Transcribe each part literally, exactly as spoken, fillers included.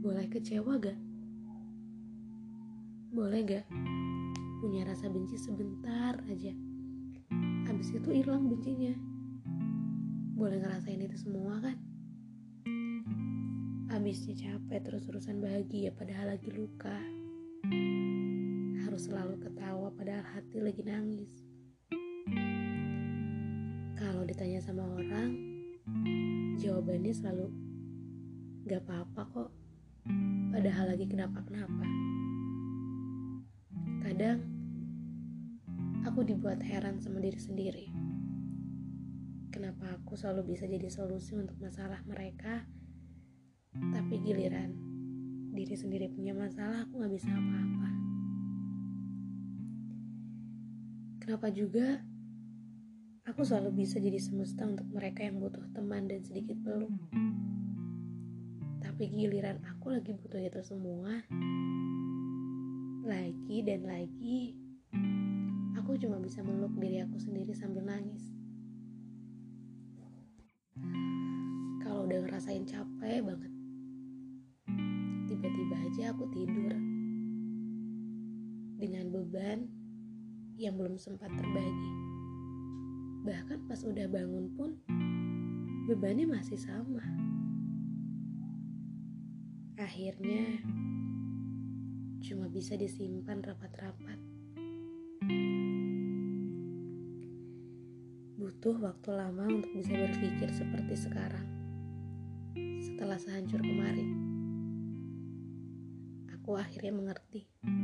Boleh kecewa gak? Boleh gak punya rasa benci sebentar aja, habis itu hilang bencinya? Boleh ngerasain itu semua kan? Habisnya capek terus-terusan bahagia padahal lagi luka. Harus selalu ketawa padahal hati lagi nangis. Kalau ditanya sama orang, jawabannya selalu gak apa-apa kok, padahal lagi kenapa-kenapa. Kadang aku dibuat heran sama diri sendiri. Kenapa aku selalu bisa jadi solusi untuk masalah mereka, tapi giliran diri sendiri punya masalah aku gak bisa apa-apa. Kenapa juga aku selalu bisa jadi semesta untuk mereka yang butuh teman dan sedikit peluk, tapi giliran aku lagi butuh itu semua, lagi dan lagi aku cuma bisa meluk diri aku sendiri sambil nangis. Kalau udah ngerasain capek banget, tiba-tiba aja aku tidur dengan beban yang belum sempat terbagi. Bahkan pas udah bangun pun bebannya masih sama. Akhirnya cuma bisa disimpan rapat-rapat. Butuh waktu lama untuk bisa berpikir seperti sekarang. Setelah sehancur kemarin, aku akhirnya mengerti.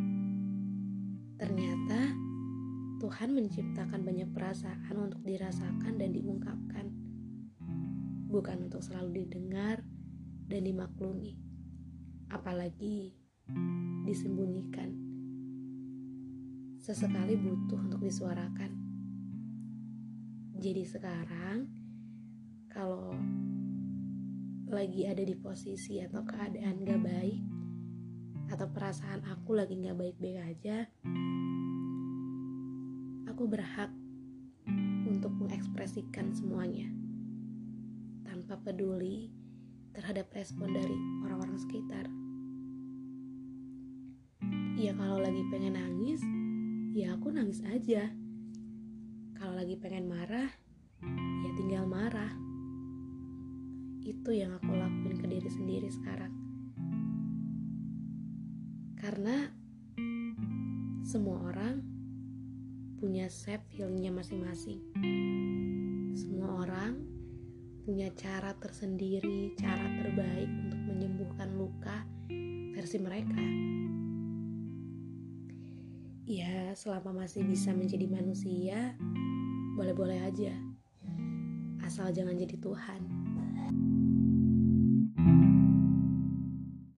Ternyata Tuhan menciptakan banyak perasaan untuk dirasakan dan diungkapkan, bukan untuk selalu didengar dan dimaklumi, apalagi disembunyikan. Sesekali butuh untuk disuarakan. Jadi sekarang kalau lagi ada di posisi atau keadaan gak baik, atau perasaan aku lagi gak baik-baik aja, aku berhak untuk mengekspresikan semuanya tanpa peduli terhadap respon dari orang-orang sekitar. Ya kalau lagi pengen nangis, ya aku nangis aja. Kalau lagi pengen marah, ya tinggal marah. Itu yang aku lakuin ke diri sendiri sekarang. Karena semua orang punya safe healingnya masing-masing. Semua orang punya cara tersendiri, cara terbaik untuk menyembuhkan luka versi mereka. Ya, selama masih bisa menjadi manusia, boleh-boleh aja. Asal jangan jadi Tuhan.